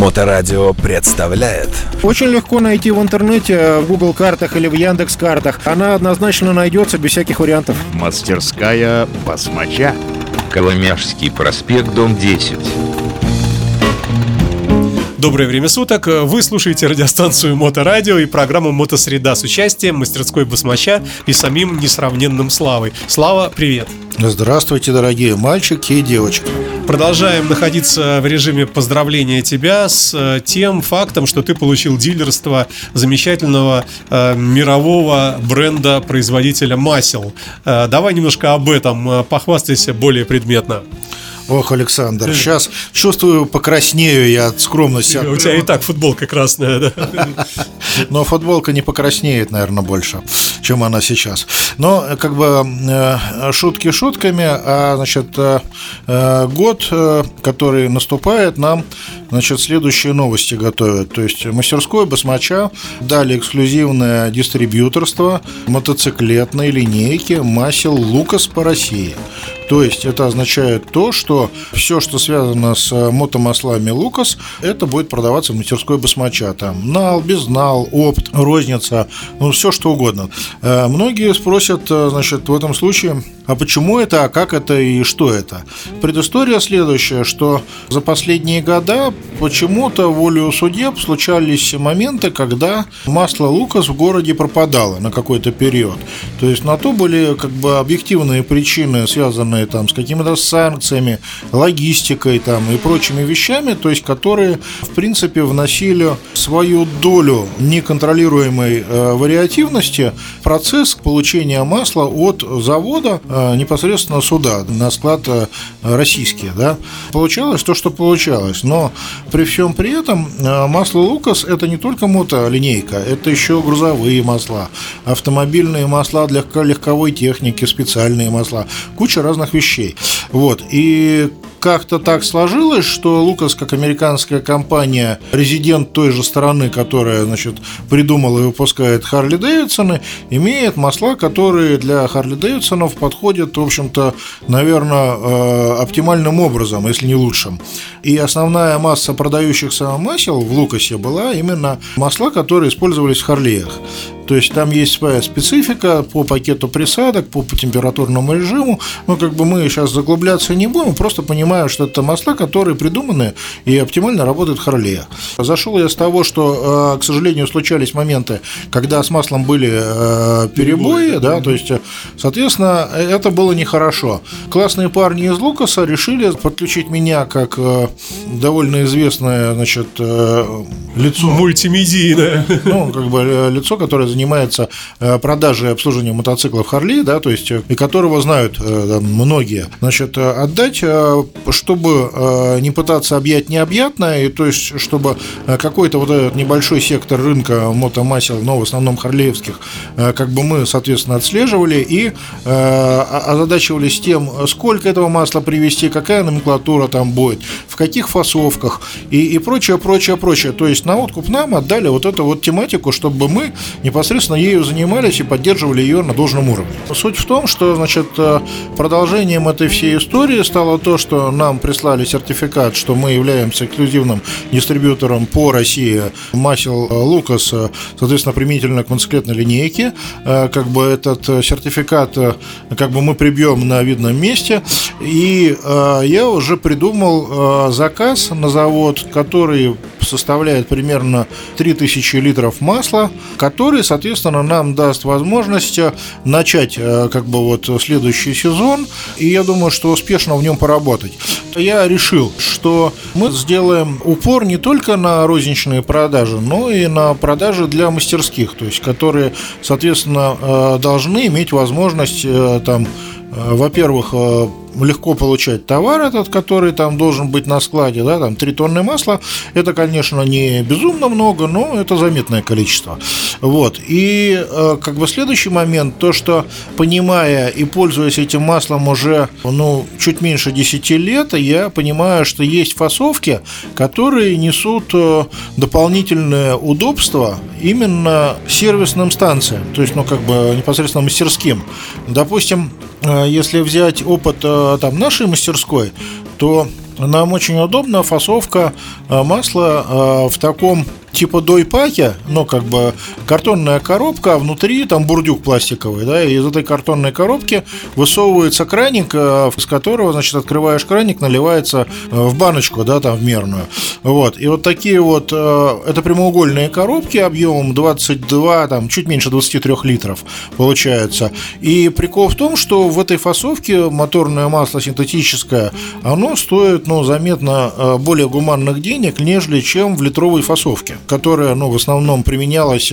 Моторадио представляет. Очень легко найти в интернете, в Google картах или в Яндекс картах. Она однозначно найдется без всяких вариантов. Мастерская басмача. Коломяжский проспект, дом 10. Доброе время суток. Вы слушаете радиостанцию Моторадио и программу «Мотосреда» с участием мастерской басмача и самим несравненным Славой. Слава, привет! Здравствуйте, дорогие мальчики и девочки. Продолжаем находиться в режиме поздравления тебя с тем фактом, что ты получил дилерство замечательного мирового бренда-производителя масел. Давай немножко об этом похвастайся более предметно. Ох, Александр, сейчас чувствую, покраснею я от скромности. У тебя и так футболка красная, да? Но футболка не покраснеет, наверное, больше, чем она сейчас. Но, как бы, шутки шутками, а, значит, год, который наступает, нам, значит, следующие новости готовят. То есть мастерской басмача дали эксклюзивное дистрибьюторство мотоциклетной линейки масел Lucas по России. То есть это означает то, что все, что связано с мотомаслами Lucas, это будет продаваться в мастерской басмача. Там нал, безнал, опт, розница, ну все что угодно. Многие спросят, значит, в этом случае, а почему это, а как это и что это? Предыстория следующая, что за последние года почему-то волею судеб случались моменты, когда масло Lucas в городе пропадало на какой-то период. То есть на то были, как бы, объективные причины, связанные там с какими-то санкциями, логистикой там и прочими вещами, то есть которые в принципе вносили свою долю неконтролируемой вариативности в процесс получения масла от завода непосредственно сюда, на склад российский, да. Получалось то, что получалось, но при всем при этом масло Lucas это не только мотолинейка, это еще грузовые масла, автомобильные масла для легковой техники, специальные масла, куча разных вещей. Вот. И как-то так сложилось, что Lucas, как американская компания, резидент той же страны, которая, значит, придумала и выпускает Harley Davidson, имеет масла, которые для Harley Davidson подходят, в общем-то, наверное, оптимальным образом, если не лучшим. И основная масса продающихся масел в Lucas была именно масла, которые использовались в Харлеях. То есть там есть своя специфика по пакету присадок, по температурному режиму. Ну, как бы мы сейчас заглубляться не будем, просто понимаю, что это масла, которые придуманы и оптимально работают в Харлеях. Зашел я с того, что, к сожалению, случались моменты, когда с маслом были перебои, да, то есть, соответственно, это было нехорошо. Классные парни из Lucas решили подключить меня как довольно известное, значит, лицо. Мультимедийное. Ну, как бы лицо, которое занимается продажей и обслуживанием мотоциклов Harley, да, то есть, и которого знают многие, значит, отдать, чтобы не пытаться объять необъятное, и то есть, чтобы какой-то вот этот небольшой сектор рынка мотомасел, но в основном харлеевских, как бы мы, соответственно, отслеживали и озадачивались тем, сколько этого масла привезти, какая номенклатура там будет, в каких фасовках и прочее, прочее, прочее. То есть на откуп нам отдали вот эту вот тематику, чтобы мы непосредственно ею занимались и поддерживали ее на должном уровне. Суть в том, что, значит, продолжением этой всей истории стало то, что нам прислали сертификат, что мы являемся эксклюзивным дистрибьютором по России масел Lucas, соответственно, применительно к мотоциклетной линейке. Как бы этот сертификат, как бы мы прибьем на видном месте. И я уже придумал заказ на завод, который составляет примерно 3000 литров масла, который, соответственно, нам даст возможность начать, как бы, вот следующий сезон, и я думаю, что успешно в нем поработать. Я решил, что мы сделаем упор не только на розничные продажи, но и на продажи для мастерских, то есть которые, соответственно, должны иметь возможность там, во-первых, легко получать товар этот, который там должен быть на складе, да, там 3 тонны масла, это, конечно, не безумно много, но это заметное количество. Вот, и как бы следующий момент, то, что, понимая и пользуясь этим маслом уже, ну, чуть меньше 10 лет, я понимаю, что есть фасовки, которые несут дополнительное удобство именно сервисным станциям, то есть, ну, как бы непосредственно мастерским. Допустим, если взять опыт там нашей мастерской, то нам очень удобна фасовка масла в таком типа дойпаке, но как бы картонная коробка, а внутри там бурдюк пластиковый, да, и из этой картонной коробки высовывается краник, с которого, значит, открываешь краник, наливается в баночку, да, там в мерную. Вот, и вот такие вот, это прямоугольные коробки объемом 22, там, чуть меньше 23 литров получается. И прикол в том, что в этой фасовке моторное масло синтетическое, оно стоит, ну, заметно более гуманных денег, нежели чем в литровой фасовке, которая, ну, в основном применялась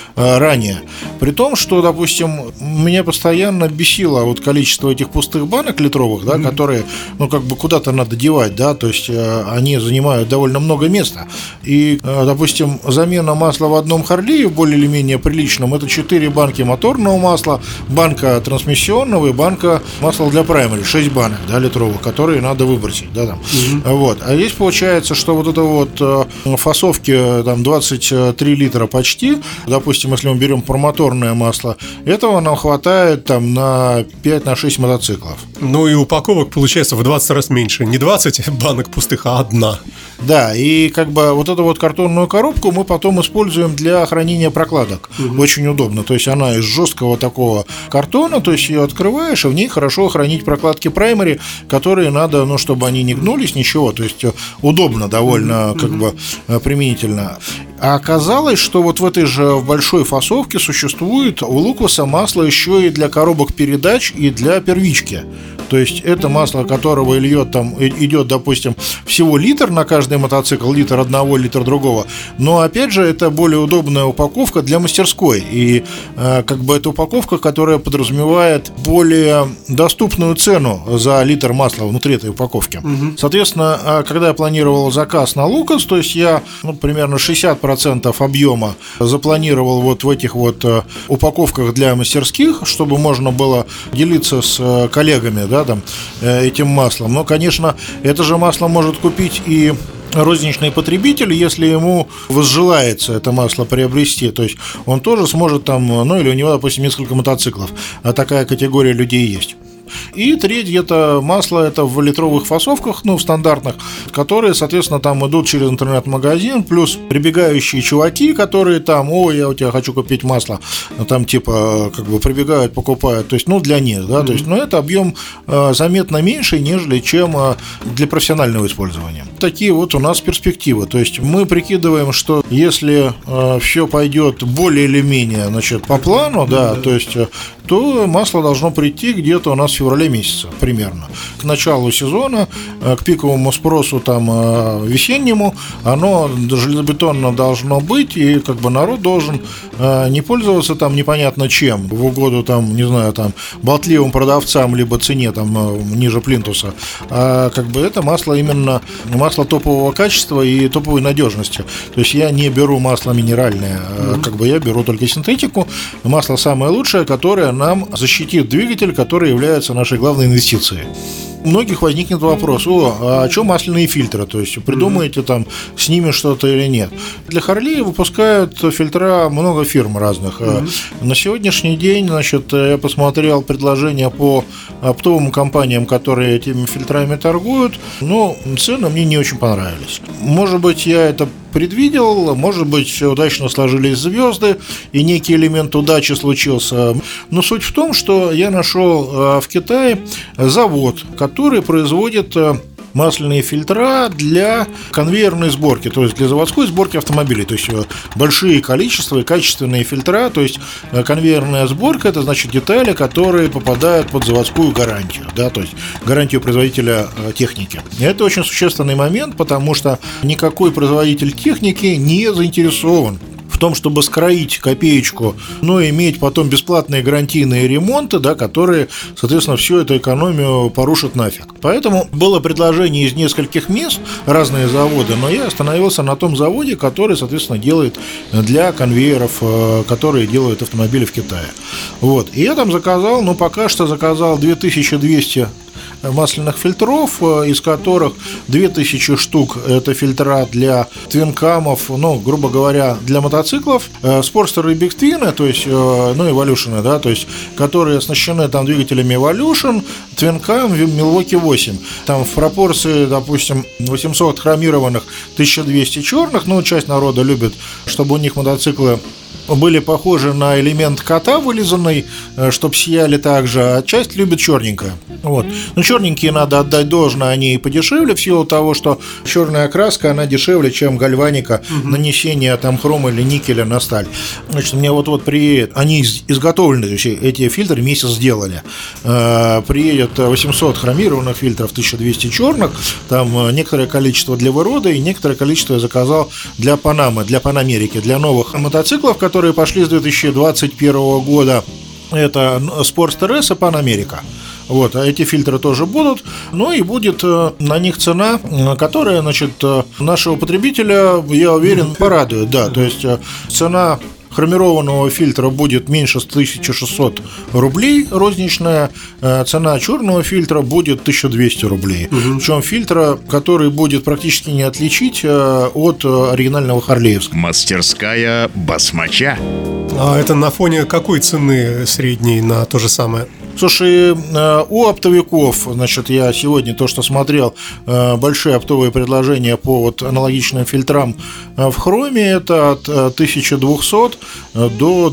ранее. При том, что, допустим, меня постоянно бесило вот количество этих пустых банок литровых, да, которые, ну, как бы куда-то надо девать, да, то есть они занимают довольно много места. И, допустим, замена масла в одном Харлее более или менее приличном — это 4 банки моторного масла, банка трансмиссионного и банка масла для праймари, 6 банок, да, литровых, которые надо выбросить, да, там. Вот. А здесь получается, что вот это вот фасовки там 23 литра почти, допустим, если мы берем промоторное масло, этого нам хватает там на 5-6 мотоциклов. Ну и упаковок получается в 20 раз меньше. Не 20 банок пустых, а одна. Да, и как бы вот эту вот картонную коробку мы потом используем для хранения прокладок. Очень удобно. То есть она из жесткого такого картона, то есть ее открываешь, и в ней хорошо хранить прокладки праймари, которые надо, ну, чтобы они не гнулись, ничего. То есть удобно довольно, как бы, применительно. А оказалось, что вот в этой же большой фасовке существует у Лукоса масло еще и для коробок передач и для первички. То есть это масло, которого идет, допустим, всего литр на каждый мотоцикл, литр одного, литр другого. Но опять же, это более удобная упаковка для мастерской. И как бы это упаковка, которая подразумевает более доступную цену за литр масла внутри этой упаковки. Соответственно, когда я планировал заказ на Лукос, то есть я, ну, примерно 60% объема запланировал вот в этих вот упаковках для мастерских, чтобы можно было делиться с коллегами, да, там, этим маслом. Но, конечно, это же масло может купить и розничный потребитель, если ему возжелается это масло приобрести. То есть он тоже сможет там, ну, или у него, допустим, несколько мотоциклов. А такая категория людей есть. И треть это масло, это в литровых фасовках, ну, в стандартных, которые, соответственно, там идут через интернет-магазин, плюс прибегающие чуваки, которые там: о, я у тебя хочу купить масло, там типа как бы прибегают, покупают, то есть, ну, для них, да, то есть, но это объем заметно меньше, нежели чем для профессионального использования. Такие вот у нас перспективы, то есть мы прикидываем, что если все пойдет более или менее, значит, по плану, да, то есть, то масло должно прийти где-то у нас в феврале месяце примерно. К началу сезона, к пиковому спросу там весеннему, оно железобетонно должно быть, и как бы народ должен не пользоваться там непонятно чем в угоду там, не знаю, там болтливым продавцам, либо цене там ниже плинтуса, а как бы это масло именно масло топового качества и топовой надежности. То есть я не беру масло минеральное, как бы я беру только синтетику, масло самое лучшее, которое нам защитит двигатель, который является нашей главной инвестицией. У многих возникнет вопрос: а что масляные фильтры? То есть придумаете там с ними что-то или нет? Для Харлей выпускают фильтра много фирм разных. На сегодняшний день, значит, я посмотрел предложения по оптовым компаниям, которые этими фильтрами торгуют, но цены мне не очень понравились. Может быть, я это предвидел, может быть, удачно сложились звезды, и некий элемент удачи случился. Но суть в том, что я нашел в Китае завод, который производит масляные фильтра для конвейерной сборки, то есть для заводской сборки автомобилей, то есть большие количества и качественные фильтра, то есть конвейерная сборка — это значит детали, которые попадают под заводскую гарантию, да, то есть гарантию производителя техники. И это очень существенный момент, потому что никакой производитель техники не заинтересован в том, чтобы скроить копеечку, но иметь потом бесплатные гарантийные ремонты, да, которые, соответственно, всю эту экономию порушат нафиг. Поэтому было предложение из нескольких мест, разные заводы, но я остановился на том заводе, который, соответственно, делает для конвейеров, которые делают автомобили в Китае. Вот. И я там заказал, пока что заказал 2200 масляных фильтров, из которых 2000 штук – это фильтра для твинкамов, ну, грубо говоря, для мотоциклов, Sportster и Big Twin, то есть, ну, Evolution, да, то есть, которые оснащены там двигателями Evolution, твинкам, Milwaukee 8. Там в пропорции, допустим, 800 хромированных, 1200 черных, ну, часть народа любит, чтобы у них мотоциклы были похожи на элемент кота вылизанный, чтобы сияли так же, а часть любит черненькое. Вот. Но черненькие, надо отдать должное, они и подешевле, в силу того, что черная окраска, она дешевле, чем гальваника, нанесение там хрома или никеля на сталь. Значит, мне вот приедет, они изготовлены, то есть эти фильтры месяц сделали. Приедет 800 хромированных фильтров, 1200 черных, там некоторое количество для вырода и некоторое количество я заказал для Панамы, для Панамерики, для новых мотоциклов, которые пошли с 2021 года. Это Sportster S и Pan-America. Вот, а эти фильтры тоже будут. Ну и будет на них цена, которая, значит, нашего потребителя, я уверен, порадует. Да, то есть цена хромированного фильтра будет меньше 1600 рублей розничная, цена черного фильтра будет 1200 рублей. Причем фильтра, который будет практически не отличить от оригинального харлеевского. Мастерская басмача. А это на фоне какой цены средней на то же самое? Слушай, у оптовиков, значит, я сегодня то, что смотрел, большие оптовые предложения по вот аналогичным фильтрам в хроме, это от 1200 до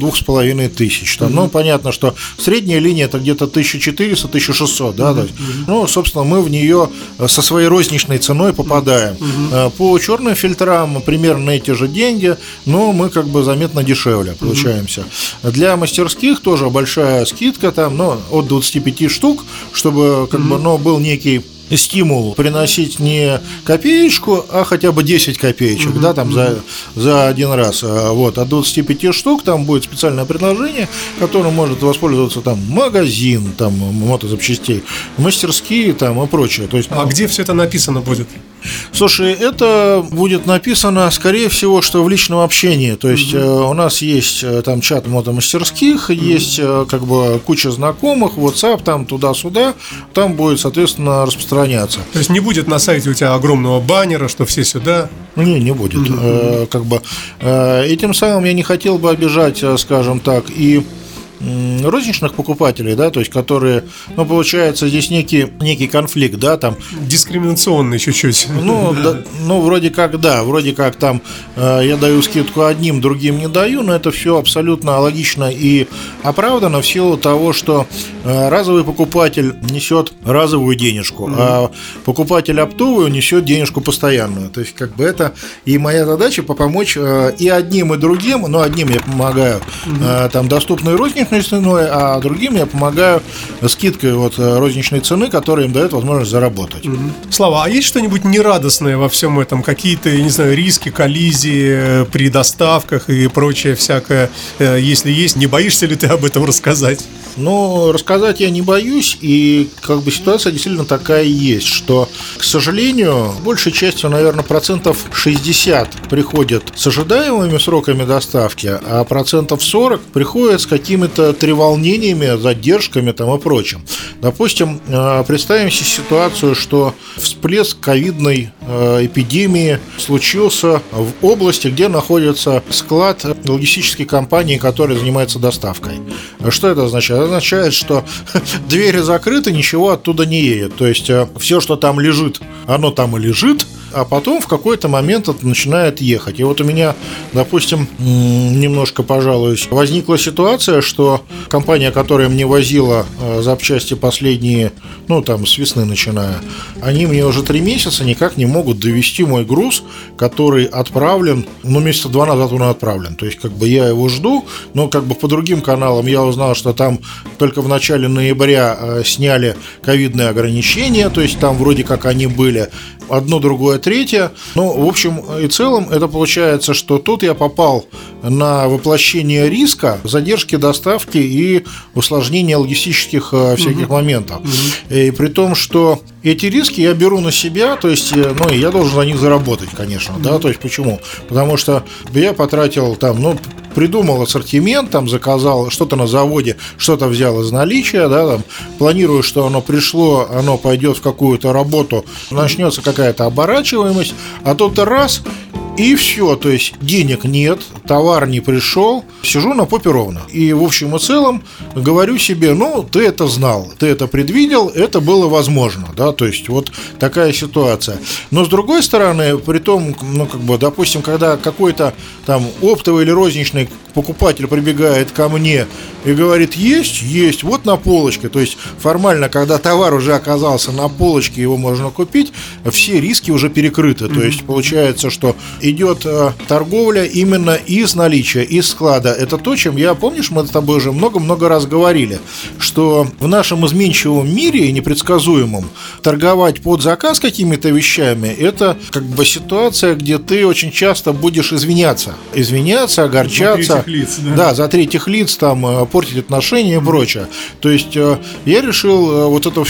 2500. Там, ну, понятно, что средняя линия это где-то 1400-1600, да, то есть, ну, собственно, мы в нее со своей розничной ценой попадаем. По черным фильтрам примерно эти же деньги, но мы как бы заметно дешевле получаемся. Для мастерских тоже большая скидка там, но от 25 штук, чтобы как бы, ну, был некий стимул приносить не копеечку, а хотя бы 10 копеечек, да, там за один раз. Вот, от 25 штук там будет специальное предложение, которым может воспользоваться там магазин, там мотозапчастей, мастерские там и прочее. То есть, а где все это написано будет? Слушай, это будет написано, скорее всего, что в личном общении. То есть у нас есть там чат мотомастерских, есть как бы куча знакомых, WhatsApp, там туда-сюда, там будет, соответственно, распространяться. То есть не будет на сайте у тебя огромного баннера, что все сюда? Не будет. Как бы, и тем самым я не хотел бы обижать, скажем так, и розничных покупателей, да, то есть которые, ну, получается здесь некий конфликт, да, там дискриминационный чуть-чуть. Ну, да, ну, вроде как, да, вроде как там я даю скидку одним, другим не даю, но это все абсолютно логично и оправдано в силу того, что разовый покупатель несет разовую денежку, а покупатель оптовый несет денежку постоянную. То есть, как бы это и моя задача помочь и одним, и другим, но одним я помогаю там доступной розничной ценой, а другим я помогаю скидкой вот розничной цены, которая им дает возможность заработать. Слава, а есть что-нибудь нерадостное во всем этом? Какие-то, я не знаю, риски, коллизии при доставках и прочее всякое? Если есть, не боишься ли ты об этом рассказать? Ну, рассказать я не боюсь, и как бы ситуация действительно такая есть, что, к сожалению, большей частью, наверное, 60% приходят с ожидаемыми сроками доставки, а 40% приходят с какими-то треволнениями, задержками там и прочим. Допустим, представим себе ситуацию, что всплеск ковидной эпидемии случился в области, где находится склад логистической компании, которая занимается доставкой. Что это означает? Это означает, что двери закрыты, ничего оттуда не едет. То есть все, что там лежит, оно там и лежит, а потом в какой-то момент это начинает ехать. И вот у меня, допустим, немножко, пожалуюсь, возникла ситуация, что компания, которая мне возила запчасти последние, ну, там, с весны начиная, они мне уже 3 месяца никак не могут довести мой груз, который отправлен, ну, месяца 2 назад он отправлен. То есть, как бы я его жду, но как бы по другим каналам я узнал, что там только в начале ноября сняли ковидные ограничения, то есть там вроде как они были, одно, другое, третье. Ну, в общем и целом, это получается, что тут я попал на воплощение риска, задержки доставки и усложнения логистических всяких моментов. И при том, что эти риски я беру на себя, то есть, ну, я должен за них заработать, конечно, да, то есть, почему? Потому что я потратил там, ну, придумал ассортимент, там заказал что-то на заводе, что-то взял из наличия, да, там, планирую, что оно пришло, оно пойдет в какую-то работу, начнется какая-то оборачиваемость, а тут раз – и все, то есть денег нет, товар не пришел, сижу на попе ровно. И в общем и целом говорю себе, ну, ты это знал, ты это предвидел, это было возможно, да, то есть вот такая ситуация. Но с другой стороны, при том, ну, как бы, допустим, когда какой-то там оптовый или розничный покупатель прибегает ко мне и говорит, есть, вот на полочке, то есть формально, когда товар уже оказался на полочке, его можно купить, все риски уже перекрыты, то есть получается, что идет торговля именно из наличия, из склада. Это то, чем я, помнишь, мы с тобой уже много-много раз говорили, что в нашем изменчивом мире и непредсказуемом торговать под заказ какими-то вещами, это как бы ситуация, где ты очень часто будешь извиняться, огорчаться. Лиц, да? Да, за третьих лиц, там, портить отношения и прочее. То есть я решил вот эту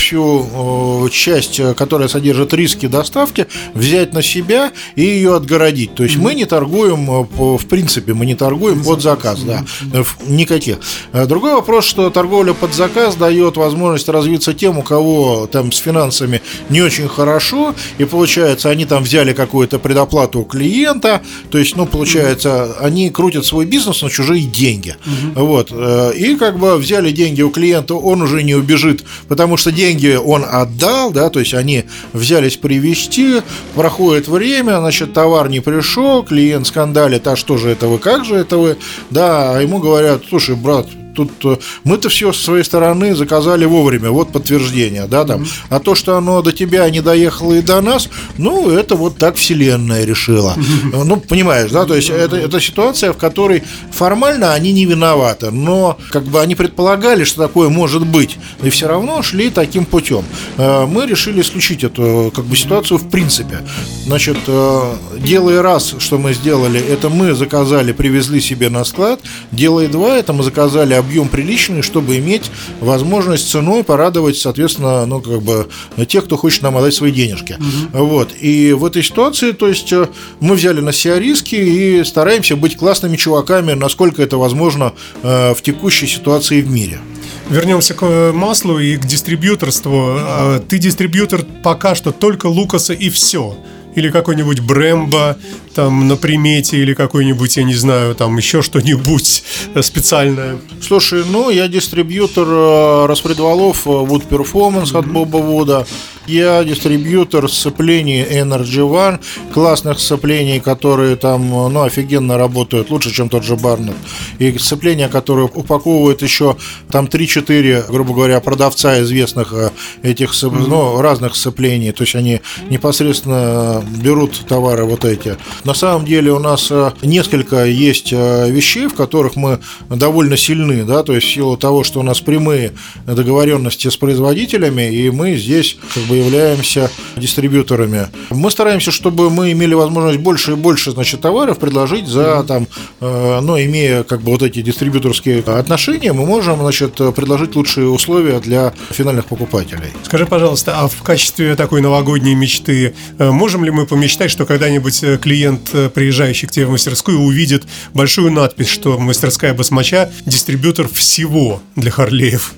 всю часть, которая содержит риски доставки, взять на себя и ее отгородить. То есть мы не торгуем, в принципе, мы не торгуем под заказ, да, никаких. Другой вопрос, что торговля под заказ дает возможность развиться тем, у кого там с финансами не очень хорошо, и получается, они там взяли какую-то предоплату у клиента, то есть, ну, получается, они крутят свой бизнес на чужие деньги. Вот. И как бы взяли деньги у клиента, он уже не убежит, потому что деньги он отдал, да, то есть они взялись привезти, проходит время, значит, товар не пришел, клиент скандалит, а что же это вы, как же это вы, да, а ему говорят, слушай, брат, тут мы-то все со своей стороны заказали вовремя, вот подтверждение, да, там. А то, что оно до тебя не доехало и до нас, ну, это вот так вселенная решила. Ну, понимаешь, да, то есть это ситуация, в которой формально они не виноваты, но как бы они предполагали, что такое может быть, и все равно шли таким путем. Мы решили исключить эту как бы ситуацию в принципе. Значит, дело и раз, что мы сделали, это мы заказали, привезли себе на склад, дело и два, это мы заказали объем приличный, чтобы иметь возможность ценой порадовать, соответственно, ну, как бы тех, кто хочет нам отдать свои денежки. Вот. И в этой ситуации, то есть, мы взяли на себя риски и стараемся быть классными чуваками, насколько это возможно в текущей ситуации в мире. Вернемся к маслу и к дистрибьюторству. Ты дистрибьютор пока что только Лукаса и все. Или какой-нибудь Брэмбо там на примете, или какой-нибудь, я не знаю, там еще что-нибудь специальное. Слушай, ну, я дистрибьютор распредвалов Wood Performance от Боба Вуда. Я дистрибьютор сцеплений Energy One, классных сцеплений, которые там, ну, офигенно работают, лучше, чем тот же Барнетт. И сцепления, которые упаковывают еще там 3-4, грубо говоря, продавца известных этих, ну, разных сцеплений. То есть они непосредственно берут товары вот эти. На самом деле у нас несколько есть вещей, в которых мы довольно сильны, да, то есть в силу того, что у нас прямые договоренности с производителями, и мы здесь как бы являемся дистрибьюторами. Мы стараемся, чтобы мы имели возможность больше и больше, значит, товаров предложить за там, ну, имея как бы вот эти дистрибьюторские отношения, мы можем, значит, предложить лучшие условия для финальных покупателей. Скажи, пожалуйста, а в качестве такой новогодней мечты можем ли мы помечтать, что когда-нибудь клиент, приезжающий к тебе в мастерскую, увидит большую надпись, что мастерская Басмача дистрибьютор всего для Харлеев?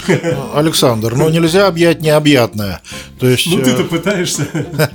Александр, ну нельзя объять необъятное. То есть, ну ты-то пытаешься.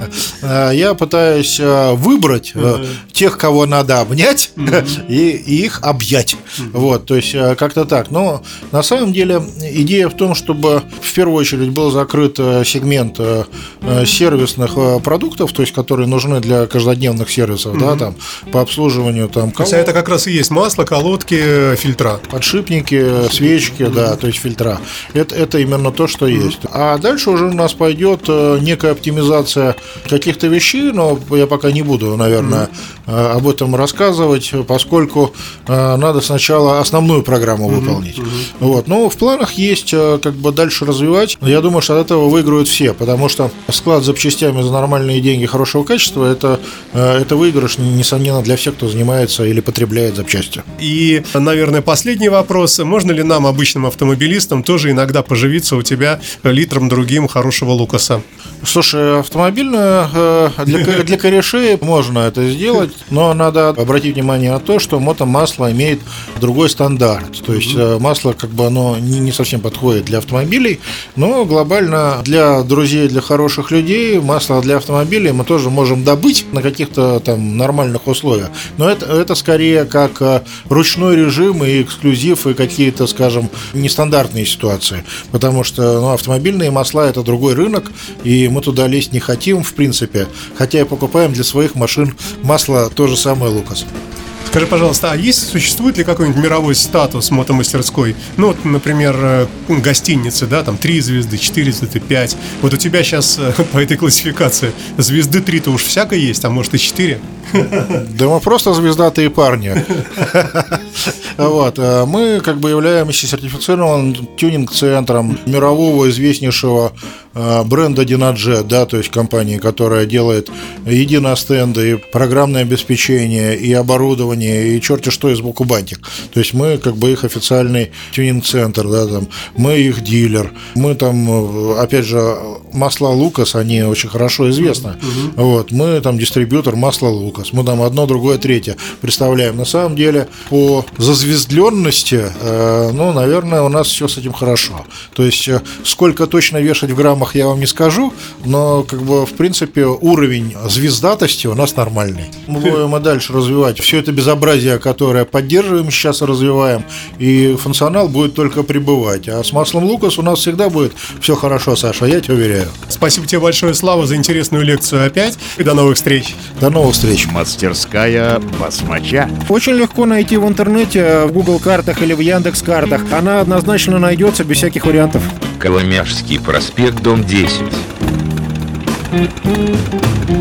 Я пытаюсь выбрать тех, кого надо обнять, и их объять. Вот, то есть как-то так. Но на самом деле идея в том, чтобы в первую очередь был закрыт сегмент сервисных продуктов, то есть которые нужны для каждодневных сервисов, да, там по обслуживанию там. То есть это как раз и есть масло, колодки, фильтра, подшипники, свечки, да, то есть фильтра. Это именно то, что есть. А дальше уже у нас пойдет некая оптимизация каких-то вещей, но я пока не буду, наверное, об этом рассказывать, поскольку надо сначала основную программу выполнить. Вот. Но в планах есть как бы дальше развивать. Я думаю, что от этого выиграют все, потому что склад с запчастями за нормальные деньги хорошего качества – это выигрыш, несомненно, для всех, кто занимается или потребляет запчасти. И, наверное, последний вопрос. Можно ли нам, обычным автомобилистам, тоже иногда поживиться у тебя литром другим хорошего Лукаса? Слушай, автомобильную для корешей можно это сделать, но надо обратить внимание на то, что мотомасло имеет другой стандарт. То есть масло как бы оно не совсем подходит для автомобилей, но глобально для друзей, для хороших людей масло для автомобилей мы тоже можем добыть на каких-то там нормальных условиях. Но это скорее как ручной режим и эксклюзив, и какие-то, скажем, нестандартные ситуации. Потому что автомобильные масла – это другой рынок, и мы туда лезть не хотим, в принципе, хотя и покупаем для своих машин масло то же самое Лукас. Скажи, пожалуйста, а существует ли какой-нибудь мировой статус мотомастерской? Ну, вот, например, гостиницы, да, там 3 звезды, 4 звезды, 5. Вот у тебя сейчас по этой классификации звезды 3-то уж всяко есть, а может и 4? Да мы просто звездатые парни. Вот. Мы как бы являемся сертифицированным тюнинг-центром мирового известнейшего бренда Dynajet, да, то есть компании, которая делает единостенды, и программное обеспечение, и оборудование, и черти что, и сбоку бантик. То есть мы как бы их официальный тюнинг-центр, да, там, мы их дилер, мы там, опять же, масла Лукас, они очень хорошо известны. Вот, мы там дистрибьютор масла Лукас, мы там одно, другое, третье представляем. На самом деле, по зазвездленности, наверное, у нас все с этим хорошо. То есть, сколько точно вешать в граммах, я вам не скажу, но, как бы, в принципе, уровень звездатости у нас нормальный. Мы будем и дальше развивать все это безобразие, которое поддерживаем сейчас и развиваем, и функционал будет только прибывать. А с маслом Лукас у нас всегда будет все хорошо, Саша, я тебя уверяю. Спасибо тебе большое, Слава, за интересную лекцию опять, и до новых встреч. До новых встреч. Мастерская Басмача. Очень легко найти в интернете, в Google картах или в Яндекс картах. Она однозначно найдется без всяких вариантов. Коломяжский проспект, дом 10.